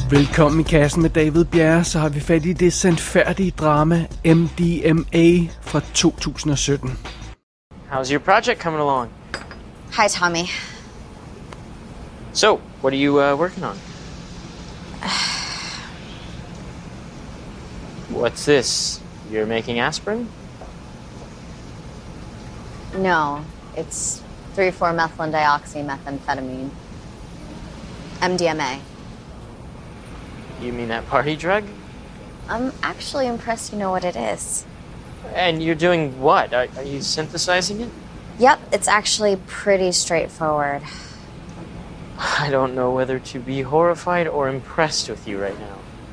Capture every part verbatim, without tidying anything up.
Velkommen i kassen med David Bjerre, så har vi fat i det sandfærdige drama M D M A fra to tusind og sytten. How's your project coming along? Hi, Tommy. So, what are you uh, working on? What's this? You're making aspirin? No, it's three four methylenedioxymethamphetamine. M D M A. You mean that party drug? I'm actually impressed you know what it is. And you're doing what? Are, are you synthesizing it? Yep, it's actually pretty straightforward. I don't know whether to be horrified or impressed with you right now.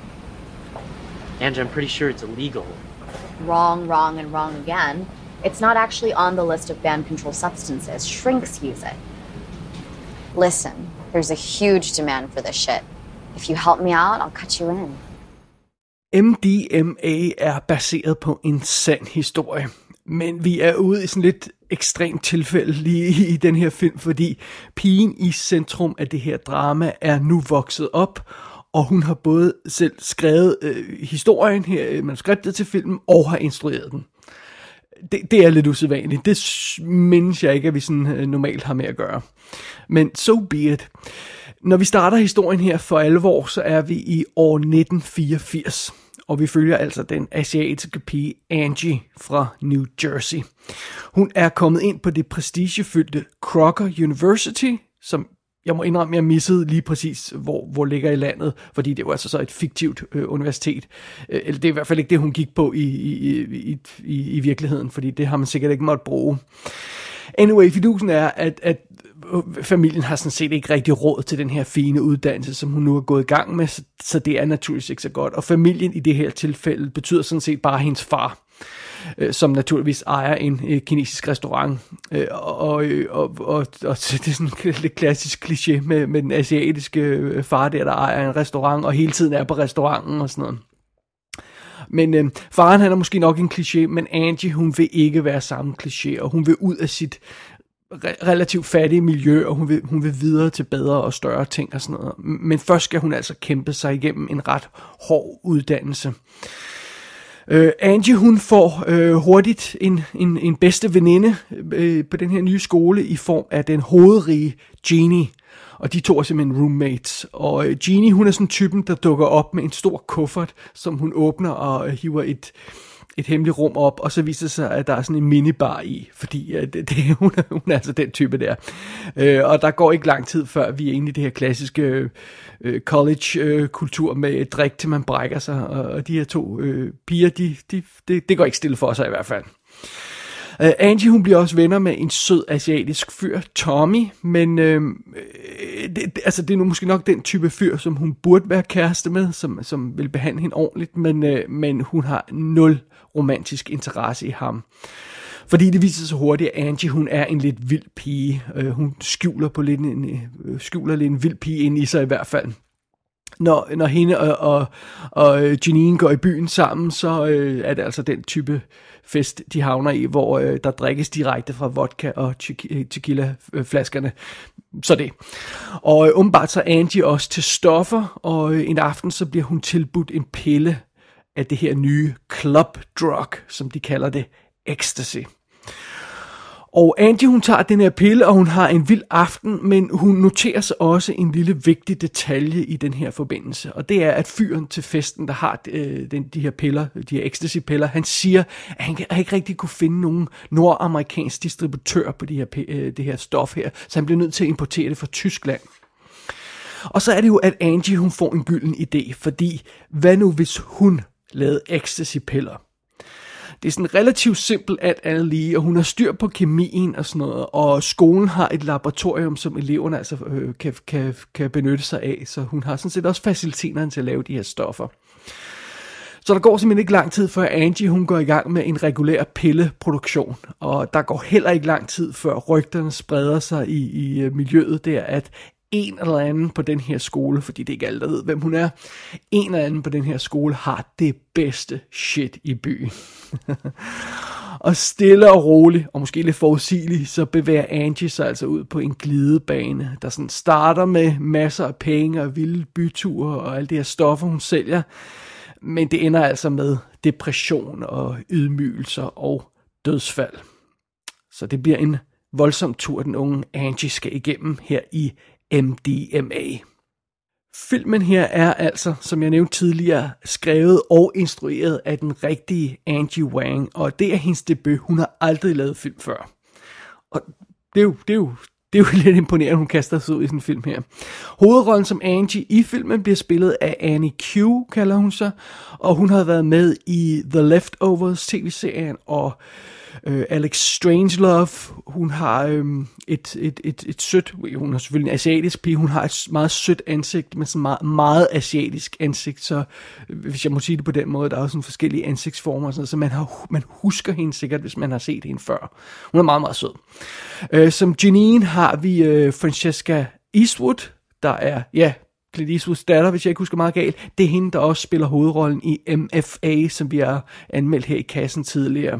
And I'm pretty sure it's illegal. Wrong, wrong, and wrong again. It's not actually on the list of banned controlled substances. Shrinks use it. Listen, there's a huge demand for this shit. If you help me out, I'll cut you in. M D M A er baseret på en sand historie. Men vi er ude i sådan lidt ekstremt tilfælde lige i den her film, fordi pigen i centrum af det her drama er nu vokset op, og hun har både selv skrevet øh, historien her, manuskriptet til filmen, og har instrueret den. Det, det er lidt usædvanligt. Det mindes jeg ikke, at vi sådan øh, normalt har med at gøre. Men so be it. Når vi starter historien her for alvor, så er vi i år nitten fireogfirs. Og vi følger altså den asiatiske pige Angie fra New Jersey. Hun er kommet ind på det prestigefyldte Crocker University, som jeg må indrømme, jeg missede lige præcis, hvor, hvor ligger i landet, fordi det var altså så et fiktivt øh, universitet. Øh, eller det er i hvert fald ikke det, hun gik på i, i, i, i, i virkeligheden, fordi det har man sikkert ikke måttet bruge. Anyway, fidusen er, at, at familien har sådan set ikke rigtig råd til den her fine uddannelse, som hun nu er gået i gang med, så, så det er naturligvis ikke så godt. Og familien i det her tilfælde betyder sådan set bare hendes far, øh, som naturligvis ejer en øh, kinesisk restaurant. Øh, og, og, og, og, og det er sådan en lidt klassisk kliché med, med den asiatiske øh, far der, der ejer en restaurant, og hele tiden er på restauranten og sådan noget. Men øh, faren han er måske nok en kliché, men Angie hun vil ikke være samme kliché, og hun vil ud af sit re- relativt fattige miljø, og hun vil, hun vil videre til bedre og større ting og sådan noget. Men først skal hun altså kæmpe sig igennem en ret hård uddannelse. Uh, Angie hun får uh, hurtigt en, en, en bedste veninde uh, på den her nye skole i form af den hovedrige Jeannie. Og de to er simpelthen roommates. Og uh, Jeannie hun er sådan typen, der dukker op med en stor kuffert, som hun åbner og uh, hiver et, et hemmeligt rum op. Og så viser det sig, at der er sådan en minibar i. Fordi uh, det, det, hun, er, hun er altså den type der. Uh, og der går ikke lang tid før vi er inde i det her klassiske uh, college-kultur uh, med drik til man brækker sig. Og, og de her to uh, piger, de, de, de, det går ikke stille for sig i hvert fald. Uh, Angie hun bliver også venner med en sød asiatisk fyr, Tommy, men uh, det, det, altså, det er nu måske nok den type fyr, som hun burde være kæreste med, som, som vil behandle hende ordentligt, men, uh, men hun har nul romantisk interesse i ham. Fordi det viser sig hurtigt, at Angie hun er en lidt vild pige. Uh, hun skjuler, på lidt en, uh, skjuler lidt en vild pige ind i sig i hvert fald. Når, når hende og, og, og Janine går i byen sammen, så øh, er det altså den type fest, de havner i, hvor øh, der drikkes direkte fra vodka og tequila-flaskerne. Så det. Og øh, umiddelbart så er Angie også til stoffer, og øh, en aften så bliver hun tilbudt en pille af det her nye club drug, som de kalder det, ecstasy. Og Angie hun tager den her pille, og hun har en vild aften, men hun noterer sig også en lille vigtig detalje i den her forbindelse. Og det er, at fyren til festen, der har øh, den, de her piller, de her ecstasy-piller, han siger, at han kan ikke rigtig kunne finde nogen nordamerikansk distributør på de her, øh, det her stof her, så han bliver nødt til at importere det fra Tyskland. Og så er det jo, at Angie hun får en gylden idé, fordi hvad nu hvis hun lavede ecstasy-piller? Det er sådan relativt simpelt alt andet lige, og hun har styr på kemien og sådan noget, og skolen har et laboratorium, som eleverne altså øh, kan, kan, kan benytte sig af, så hun har sådan set også faciliteterne til at lave de her stoffer. Så der går simpelthen ikke lang tid, før Angie hun går i gang med en regulær pilleproduktion, og der går heller ikke lang tid, før rygterne spreder sig i, i miljøet der, at en eller anden på den her skole, fordi det er ikke alle, der ved, hvem hun er, en eller anden på den her skole har det bedste shit i byen. Og stille og roligt, og måske lidt forudsigeligt, så bevæger Angie sig altså ud på en glidebane, der sådan starter med masser af penge og vilde byture og alle de her stoffer, hun sælger. Men det ender altså med depression og ydmygelser og dødsfald. Så det bliver en voldsom tur, den unge Angie skal igennem her i M D M A. Filmen her er altså, som jeg nævnte tidligere, skrevet og instrueret af den rigtige Angie Wang, og det er hendes debut. Hun har aldrig lavet film før. Og det er jo, det er jo, det er jo lidt imponerende, at hun kaster sig ud i sådan en film her. Hovedrollen som Angie i filmen bliver spillet af Annie Q, kalder hun sig, og hun har været med i The Leftovers tv-serien og Uh, Alex Strangelove. Hun har øhm, et, et, et, et sødt, hun er selvfølgelig en asiatisk pige, hun har et meget sødt ansigt, men sådan meget, meget asiatisk ansigt, så hvis jeg må sige det på den måde, der er jo sådan forskellige ansigtsformer, sådan noget, så man, har, man husker hende sikkert, hvis man har set hende før. Hun er meget, meget sød. Uh, som Janine har vi uh, Francesca Eastwood, der er, ja, Clint Eastwoods datter, hvis jeg ikke husker meget galt. Det er hende, der også spiller hovedrollen i M F A, som vi har anmeldt her i kassen tidligere.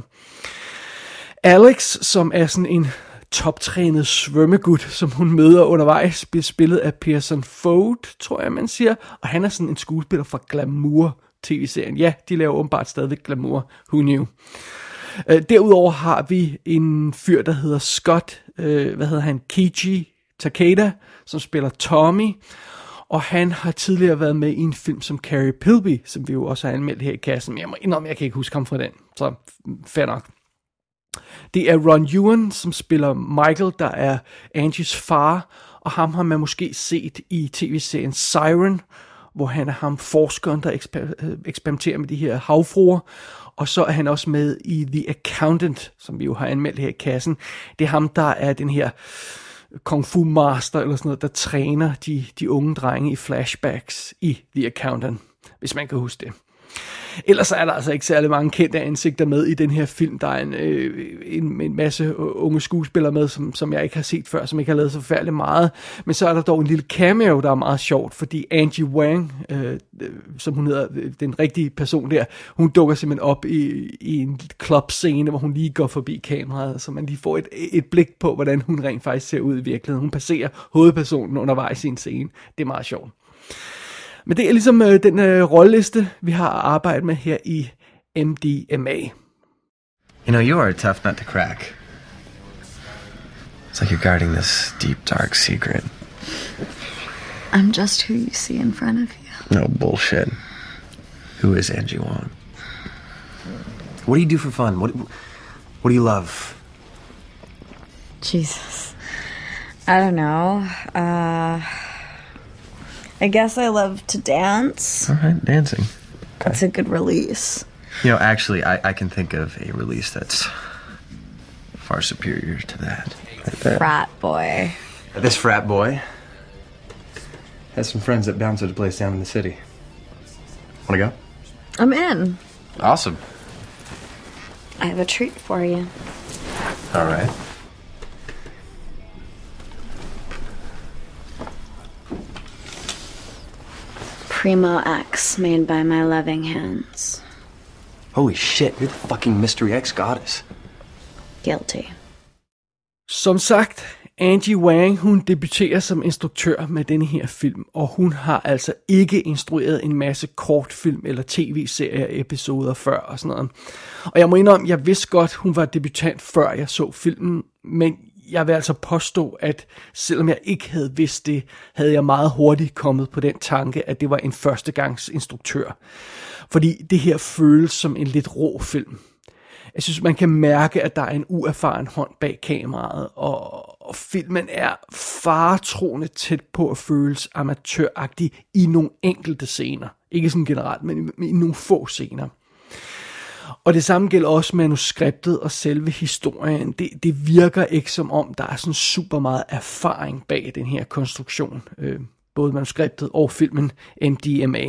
Alex, som er sådan en toptrænet svømmegud, som hun møder undervejs, bliver spillet af Pearson Foad, tror jeg, man siger. Og han er sådan en skuespiller fra Glamour tv-serien. Ja, de laver åbenbart stadigvæk Glamour. Who knew? Uh, derudover har vi en fyr, der hedder Scott, uh, hvad hedder han, Keiji Takeda, som spiller Tommy. Og han har tidligere været med i en film som Carrie Pilby, som vi jo også har anmeldt her i kassen. Men jeg må indrømme, jeg kan ikke huske ham fra den. Så fair nok. Det er Ron Ewan, som spiller Michael, der er Angies far, og ham har man måske set i tv-serien Siren, hvor han er ham forskeren, der eksper- eksperimenterer med de her havfruer, og så er han også med i The Accountant, som vi jo har anmeldt her i kassen. Det er ham, der er den her kung fu master, eller sådan noget, der træner de, de unge drenge i flashbacks i The Accountant, hvis man kan huske det. Ellers er der altså ikke særlig mange kendte ansigter med i den her film. Der er en, øh, en, en masse unge skuespillere med, som, som jeg ikke har set før, som ikke har lavet så forfærdeligt meget. Men så er der dog en lille cameo, der er meget sjovt, fordi Angie Wang, øh, som hun hedder, den rigtige person der, hun dukker simpelthen op i, i en clubscene, hvor hun lige går forbi kameraet, så man lige får et, et blik på, hvordan hun rent faktisk ser ud i virkeligheden. Hun passerer hovedpersonen undervejs i en scene. Det er meget sjovt. Men det er ligesom øh, den øh, rolleliste, vi har arbejdet med her i M D M A. You know, you are a tough nut to crack. It's like you're guarding this deep, dark secret. I'm just who you see in front of you. No bullshit. Who is Angie Wang? What do you do for fun? What, what do you love? Jesus. I don't know. Uh... I guess I love to dance. All right, dancing. Okay. It's a good release. You know, actually, I, I can think of a release that's far superior to that. Right Frat boy. This frat boy has some friends that bounce at a place down in the city. Wanna go? I'm in. Awesome. I have a treat for you. All right. Primo X, made by my loving hands. Holy shit, you're the fucking Mystery X goddess. Guilty. Som sagt, Angie Wang, hun debuterer som instruktør med denne her film, og hun har altså ikke instrueret en masse kortfilm eller tv-serie-episoder før og sådan noget. Og jeg må indrømme, jeg vidste godt, hun var debutant før jeg så filmen, men jeg vil altså påstå, at selvom jeg ikke havde vidst det, havde jeg meget hurtigt kommet på den tanke, at det var en førstegangs instruktør. Fordi det her føles som en lidt rå film. Jeg synes, man kan mærke, at der er en uerfaren hånd bag kameraet, og, og filmen er faretroende tæt på at føles amatøragtig i nogle enkelte scener. Ikke sådan generelt, men i, i nogle få scener. Og det samme gælder også manuskriptet og selve historien. Det, det virker ikke som om, der er sådan super meget erfaring bag den her konstruktion. Øh, både manuskriptet og filmen M D M A.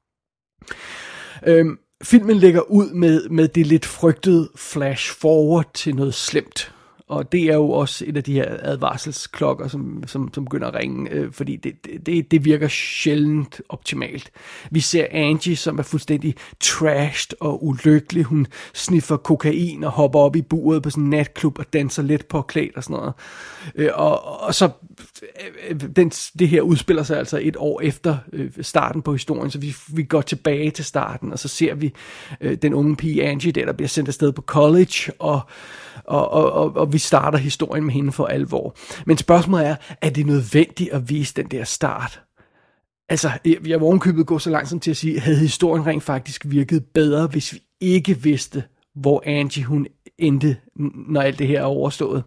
Øh, filmen lægger ud med, med det lidt frygtede flash forward til noget slemt. og det er jo også et af de her advarselsklokker, som, som, som begynder at ringe, øh, fordi det, det, det virker sjældent optimalt. Vi ser Angie, som er fuldstændig trashed og ulykkelig. Hun sniffer kokain og hopper op i buret på sådan en natklub og danser let påklædt og sådan noget. Øh, og, og så øh, den, det her udspiller sig altså et år efter øh, starten på historien, så vi, vi går tilbage til starten, og så ser vi øh, den unge pige Angie, der, der bliver sendt afsted på college, og Og, og, og, og vi starter historien med hende for alvor. Men spørgsmålet er, er det nødvendigt at vise den der start? Altså, jeg, jeg var ovenkøbet gå så langt som til at sige, havde historien rent faktisk virket bedre, hvis vi ikke vidste, hvor Angie hun endte, når alt det her er overstået.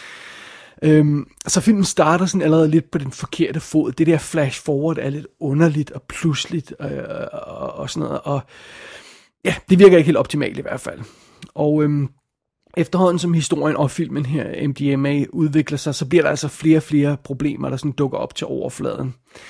Øhm, så filmen starter sådan allerede lidt på den forkerte fod. Det der flash forward er lidt underligt og pludseligt øh, og, og sådan noget. Og ja, det virker ikke helt optimalt i hvert fald. Og øhm, efterhånden som historien og filmen her, M D M A, udvikler sig, så bliver der altså flere og flere problemer, der sådan dukker op til overfladen.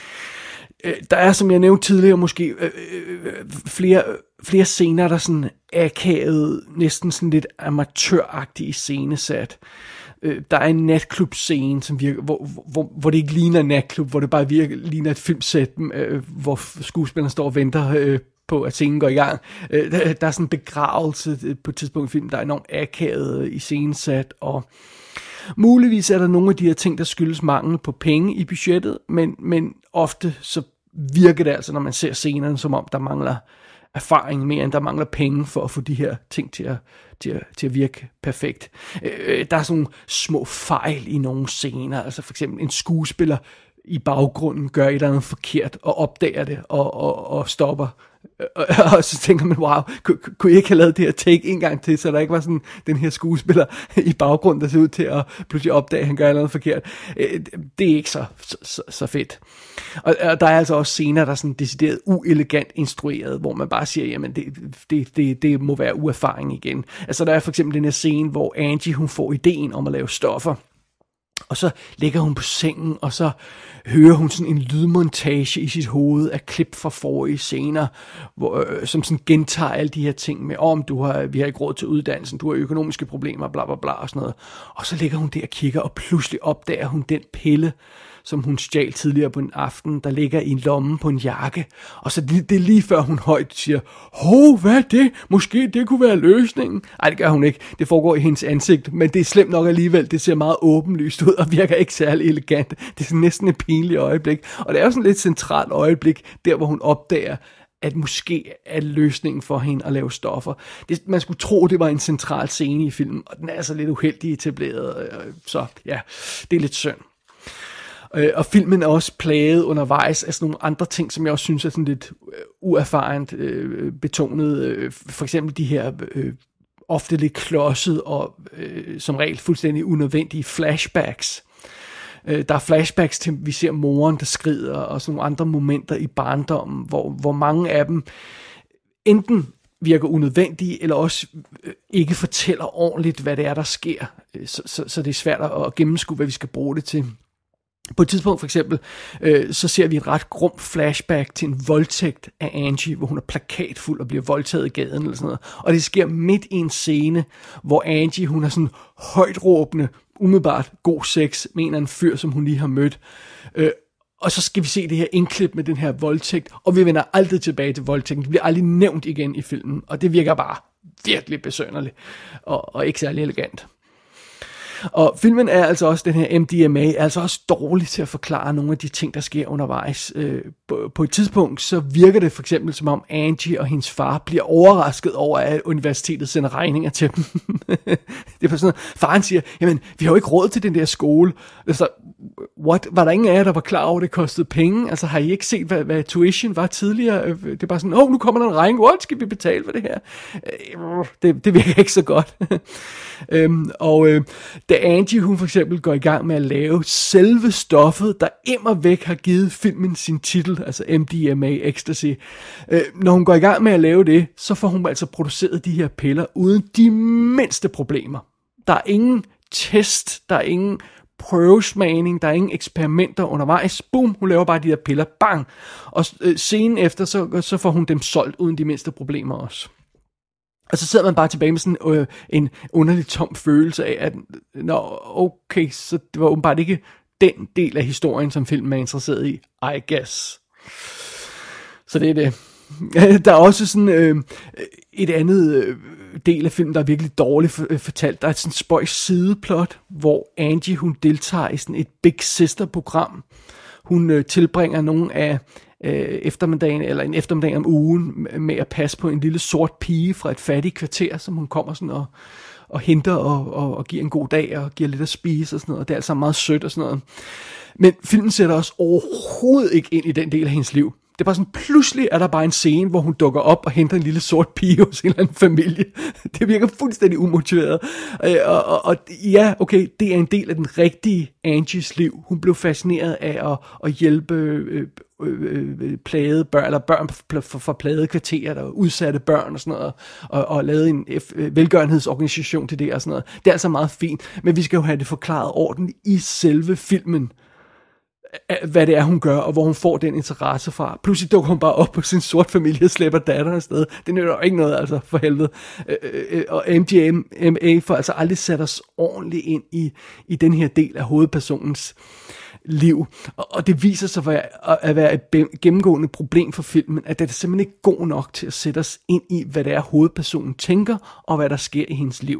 Der er, som jeg nævnte tidligere, måske øh, øh, flere, flere scener, der sådan akavet, næsten sådan lidt amatøragtige scenesat. Øh, der er en natklub-scene, som virker, hvor, hvor, hvor det ikke ligner en natklub, hvor det bare virker, ligner et filmsæt, øh, hvor skuespilleren står og venter øh, på, at scenen går i gang. Øh, der, der er sådan en begravelse på et tidspunkt i filmen, der er enormt akavet i scenesat, og muligvis er der nogle af de her ting, der skyldes mangel på penge i budgettet, men, men ofte så virker det altså, når man ser scenerne, som om der mangler erfaring mere, end der mangler penge for at få de her ting til at, til at, til at virke perfekt. Øh, der er sådan nogle små fejl i nogle scener, altså for eksempel en skuespiller i baggrunden gør et eller andet forkert og opdager det og, og, og stopper. Og, og så tænker man, wow, kunne, kunne I ikke have lavet det her take en gang til, så der ikke var sådan den her skuespiller i baggrunden, der ser ud til at pludselig opdage, at han gør et eller andet forkert. Det er ikke så, så, så fedt. Og, og der er altså også scener, der er sådan decideret uelegant instrueret, hvor man bare siger, jamen det, det, det, det må være uerfaring igen. Altså der er for eksempel den her scene, hvor Angie, hun får ideen om at lave stoffer. Og så ligger hun på sengen, og så hører hun sådan en lydmontage i sit hoved af klip fra forrige scener, hvor, øh, som sådan gentager alle de her ting med, om du har, vi har ikke råd til uddannelsen, du har økonomiske problemer, bla bla bla og sådan noget. Og så ligger hun der og kigger, og pludselig opdager hun den pille, som hun stjal tidligere på en aften, der ligger i en lomme på en jakke. Og så det, det er lige før hun højt siger, hov, hvad er det? Måske det kunne være løsningen. Ej, det gør hun ikke. Det foregår i hendes ansigt, men det er slemt nok alligevel. Det ser meget åbenlyst ud og virker ikke særlig elegant. Det er sådan næsten et pinligt øjeblik. Og det er jo sådan et lidt centralt øjeblik, der hvor hun opdager, at måske er løsningen for hende at lave stoffer. Det, man skulle tro, det var en central scene i filmen, og den er altså lidt uheldig etableret. Så ja, det er lidt synd. Og filmen er også plaget undervejs af sådan nogle andre ting, som jeg også synes er sådan lidt uerfarent øh, betonet. Øh, for eksempel de her øh, ofte lidt klodset og øh, som regel fuldstændig unødvendige flashbacks. Øh, der er flashbacks til, vi ser moren, der skrider, og sådan nogle andre momenter i barndommen, hvor, hvor mange af dem enten virker unødvendige, eller også ikke fortæller ordentligt, hvad det er, der sker. Så, så, så det er svært at gennemskue, hvad vi skal bruge det til. På et tidspunkt for eksempel, øh, så ser vi et ret grum flashback til en voldtægt af Angie, hvor hun er plakatfuld og bliver voldtaget i gaden eller sådan noget. Og det sker midt i en scene, hvor Angie, hun er sådan højt råbende, umiddelbart god sex med en eller anden fyr, som hun lige har mødt. Øh, og så skal vi se det her indklip med den her voldtægt, og vi vender aldrig tilbage til voldtægten. Det bliver aldrig nævnt igen i filmen, og det virker bare virkelig besønderligt og, og ikke særlig elegant. Og filmen er altså også, den her M D M A, er altså også dårlig til at forklare nogle af de ting, der sker undervejs. Øh, på, på et tidspunkt, så virker det for eksempel som om Angie og hendes far bliver overrasket over, at universitetet sender regninger til dem. Det er sådan noget, faren siger, jamen, vi har jo ikke råd til den der skole. Altså, what? Var der ingen af jer, der var klar over, at det kostede penge? Altså, har I ikke set, hvad, hvad tuition var tidligere? Det er bare sådan, åh, oh, nu kommer der en regning, what skal vi betale for det her? Det, det virker ikke så godt. øhm, og øh, da Angie, hun for eksempel går i gang med at lave selve stoffet, der immervæk har givet filmen sin titel, altså M D M A, Ecstasy. Øh, når hun går i gang med at lave det, så får hun altså produceret de her piller uden de mindste problemer. Der er ingen test, der er ingen prøvesmagning, der er ingen eksperimenter undervejs. Boom, hun laver bare de her piller, bang. Og øh, scenen efter, så, så får hun dem solgt uden de mindste problemer også. Og så sidder man bare tilbage med sådan øh, en underlig tom følelse af, at nå, okay, så det var åbenbart ikke den del af historien, som filmen er interesseret i, I guess. Så det er det. Der er også sådan øh, et andet øh, del af filmen, der er virkelig dårligt fortalt. Der er et sådan spøjs sideplot, hvor Angie, hun deltager i sådan et Big Sister-program. Hun øh, tilbringer nogle af øh, eftermiddagen, eller en eftermiddag om ugen, med at passe på en lille sort pige fra et fattigt kvarter, som hun kommer sådan og, og henter og, og, og giver en god dag, og giver lidt at spise og sådan noget. Og det er altså meget sødt og sådan noget. Men filmen sætter os overhovedet ikke ind i den del af hendes liv. Det er bare sådan, pludselig er der bare en scene, hvor hun dukker op og henter en lille sort pige hos en eller anden familie. Det virker fuldstændig umotiveret. Og, og, og ja, okay, det er en del af den rigtige Angies liv. Hun blev fascineret af at, at hjælpe øh, øh, øh, plagede børn, eller børn fra, fra plagede kvarterer, der udsatte børn og sådan noget, og, og lavede en øh, velgørenhedsorganisation til det og sådan noget. Det er altså meget fint, men vi skal jo have det forklaret ordentligt i selve filmen, hvad det er, hun gør, og hvor hun får den interesse fra. Pludselig dukker hun bare op på sin sort familie og slæber datteren afsted. Det nytter jo ikke noget, altså, for helvede. Og M G M A får altså aldrig sat os ordentligt ind i, i den her del af hovedpersonens liv. Og det viser sig at være et gennemgående problem for filmen, at det er simpelthen ikke god nok til at sætte os ind i, hvad det er, hovedpersonen tænker, og hvad der sker i hendes liv.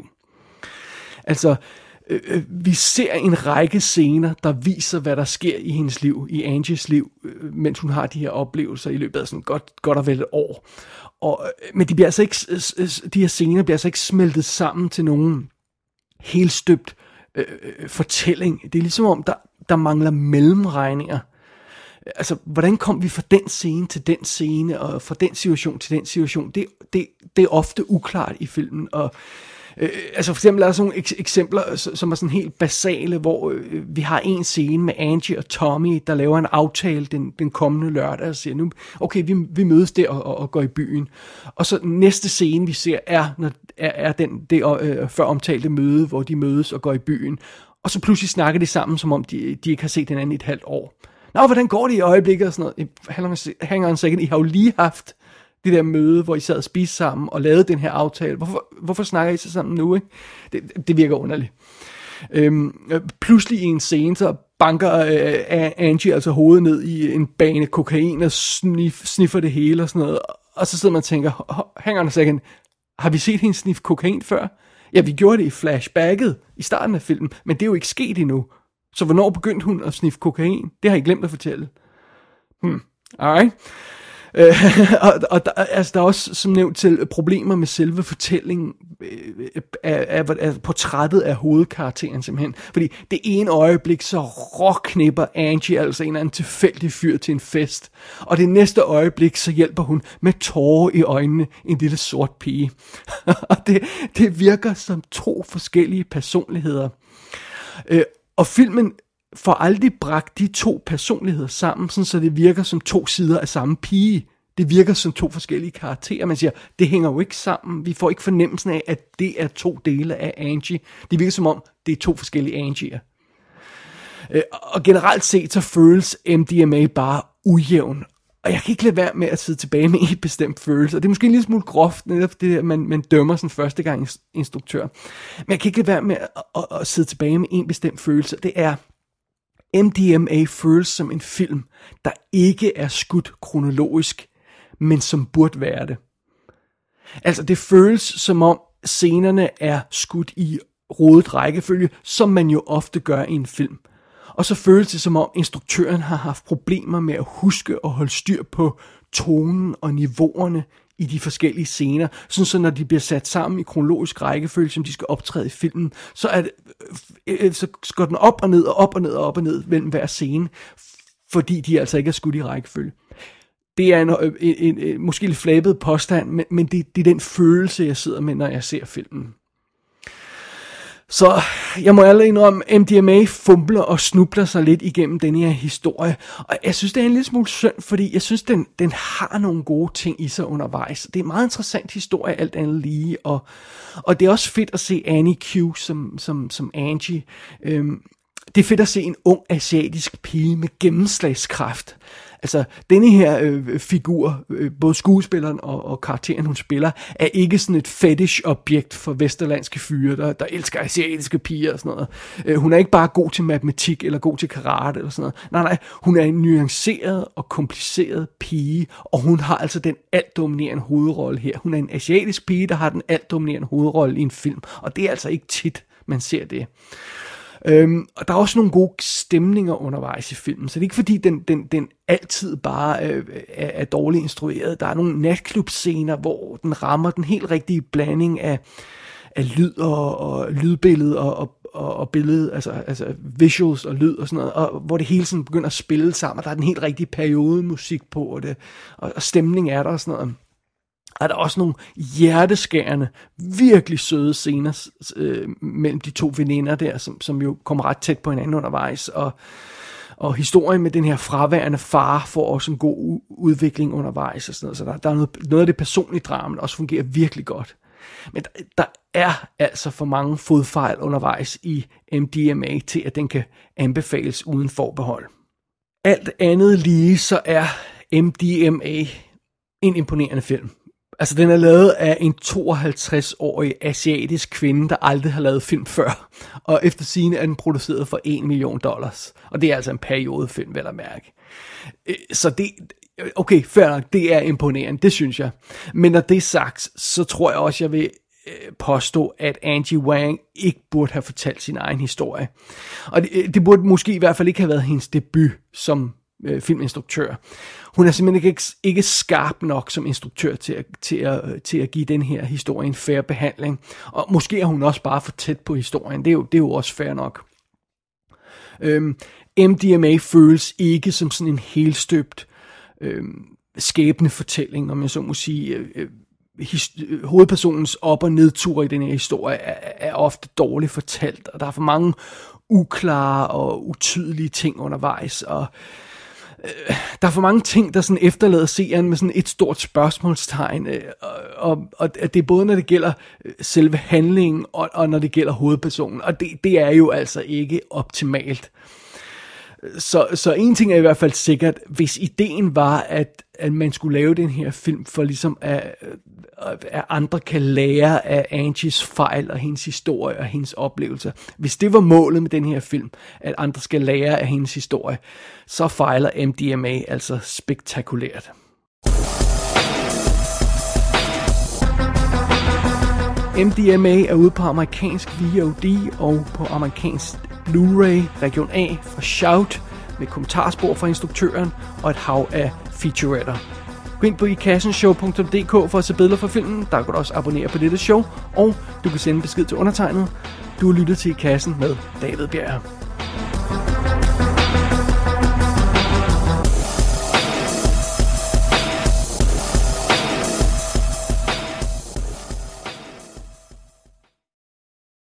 Altså, Øh, vi ser en række scener, der viser, hvad der sker i hendes liv, i Angies liv, øh, mens hun har de her oplevelser i løbet af sådan godt, godt og vel et år. Og, øh, men de, bliver altså ikke, øh, de her scener bliver altså ikke smeltet sammen til nogen helt støbt øh, fortælling. Det er ligesom om, der, der mangler mellemregninger. Altså, hvordan kom vi fra den scene til den scene, og fra den situation til den situation? Det, det, det er ofte uklart i filmen, og Øh, altså for eksempel er der sådan nogle ek- eksempler, som er sådan helt basale, hvor øh, vi har en scene med Angie og Tommy, der laver en aftale den, den kommende lørdag, og siger nu, okay, vi, vi mødes der og, og, og går i byen. Og så næste scene, vi ser, er, når, er, er den, det øh, før omtalte møde, hvor de mødes og går i byen. Og så pludselig snakker de sammen, som om de, de ikke har set hinanden i et halvt år. Nå, hvordan går det i øjeblikket? Og sådan noget. Hang on a second, I har jo lige haft det der møde, hvor I sad og spiste sammen og lavede den her aftale. Hvorfor, hvorfor snakker I så sammen nu, ikke? Det, det virker underligt. Øhm, pludselig i en scene, så banker øh, Angie altså hovedet ned i en bane kokain og snif, sniffer det hele og sådan noget. Og så sidder man og tænker, hang on a second, har vi set hende sniffe kokain før? Ja, vi gjorde det i flashbacket i starten af filmen, men det er jo ikke sket endnu. Så hvornår begyndte hun at sniffe kokain? Det har I glemt at fortælle. Hmm, alright. Øh, og, og der, altså, der er også som nævnt til problemer med selve fortællingen øh, af, af, af portrættet af hovedkarakteren simpelthen. Fordi det ene øjeblik så råknipper Angie altså en eller anden tilfældig fyr til en fest. Og det næste øjeblik så hjælper hun med tårer i øjnene en lille sort pige. Og det, det virker som to forskellige personligheder. Øh, og filmen får aldrig bragt de to personligheder sammen, sådan så det virker som to sider af samme pige. Det virker som to forskellige karakterer. Man siger, det hænger jo ikke sammen. Vi får ikke fornemmelsen af, at det er to dele af Angie. Det virker som om, det er to forskellige Angier. Og generelt set, så føles M D M A bare ujævn. Og jeg kan ikke lade være med at sidde tilbage med en bestemt følelse. Og det er måske en lille smule groft, netop det der, man, man dømmer som første gang instruktør. Men jeg kan ikke lade være med at, at, at sidde tilbage med en bestemt følelse. Det er, M D M A føles som en film, der ikke er skudt kronologisk, men som burde være det. Altså det føles som om scenerne er skudt i rodet rækkefølge, som man jo ofte gør i en film. Og så føles det som om instruktøren har haft problemer med at huske og holde styr på tonen og niveauerne i de forskellige scener, sådan så når de bliver sat sammen i kronologisk rækkefølge, som de skal optræde i filmen, så, er det, øh, så går den op og ned og op og ned og op og ned mellem hver scene, fordi de altså ikke er skudt i rækkefølge. Det er en, en, en, en måske lidt flabet påstand, men, men det, det er den følelse, jeg sidder med, når jeg ser filmen. Så jeg må allerede indrømme, M D M A fumbler og snubler sig lidt igennem den her historie. Og jeg synes, det er en lille smule synd, fordi jeg synes, den, den har nogle gode ting i sig undervejs. Det er en meget interessant historie, alt andet lige. Og, og det er også fedt at se Annie Q som, som, som Angie. Øhm, det er fedt at se en ung asiatisk pige med gennemslagskraft. Altså, denne her øh, figur, øh, både skuespilleren og, og karakteren, hun spiller, er ikke sådan et fetish-objekt for vesterlandske fyre, der, der elsker asiatiske piger og sådan noget. Øh, hun er ikke bare god til matematik eller god til karate eller sådan noget. Nej, nej, hun er en nuanceret og kompliceret pige, og hun har altså den altdominerende hovedrolle her. Hun er en asiatisk pige, der har den altdominerende hovedrolle i en film, og det er altså ikke tit, man ser det. Øhm, og der er også nogle gode stemninger undervejs i filmen, så det er ikke fordi den, den, den altid bare øh, er, er dårligt instrueret. Der er nogle natklubscener, hvor den rammer den helt rigtige blanding af, af lyd og, og lydbillede og, og, og, og billede, altså, altså visuals og lyd og sådan noget, og hvor det hele sådan begynder at spille sammen, og der er den helt rigtige periodemusik på, og, det, og, og stemning er der og sådan noget. Er der også nogle hjerteskærende, virkelig søde scener øh, mellem de to veninder der, som, som jo kommer ret tæt på hinanden undervejs, og, og historien med den her fraværende far får også en god u- udvikling undervejs, og sådan noget. Så der, der er noget, noget af det personlige drama, der også fungerer virkelig godt. Men der, der er altså for mange fodfejl undervejs i M D M A til, at den kan anbefales uden forbehold. Alt andet lige, så er M D M A en imponerende film. Altså, den er lavet af en tooghalvtreds-årig asiatisk kvinde, der aldrig har lavet film før. Og efter sigende er den produceret for en million dollars. Og det er altså en periodefilm, vel at mærke. Så det, okay, fair nok, det er imponerende, det synes jeg. Men når det er sagt, så tror jeg også, jeg vil påstå, at Angie Wang ikke burde have fortalt sin egen historie. Og det, det burde måske i hvert fald ikke have været hendes debut som øh, filminstruktør. Hun er simpelthen ikke, ikke skarp nok som instruktør til at, til, at, til at give den her historie en fair behandling. Og måske er hun også bare for tæt på historien. Det er jo, det er jo også fair nok. Øhm, M D M A føles ikke som sådan en helstøbt øhm, skæbnefortælling, om jeg så må sige. Øh, his- hovedpersonens op- og nedture i den her historie er, er ofte dårligt fortalt, og der er for mange uklare og utydelige ting undervejs, og øh, der er for mange ting, der sådan efterlader seeren med sådan et stort spørgsmålstegn, øh, og, og det er både når det gælder selve handlingen, og, og når det gælder hovedpersonen, og det, det er jo altså ikke optimalt. Så, så en ting er i hvert fald sikkert, hvis ideen var, at, at man skulle lave den her film for ligesom at, at andre kan lære af Angies fejl og hendes historie og hendes oplevelser. Hvis det var målet med den her film, at andre skal lære af hendes historie, så fejler M D M A altså spektakulært. M D M A er ude på amerikansk V O D og på amerikansk Blu-ray Region A fra Shout med kommentarspor fra instruktøren og et hav af featuretter. Gå ind på i kassen show punktum d k for at se billeder fra filmen. Der kan du også abonnere på dette show, og du kan sende besked til undertegnet. Du har lyttet til I Kassen med David Bjerg.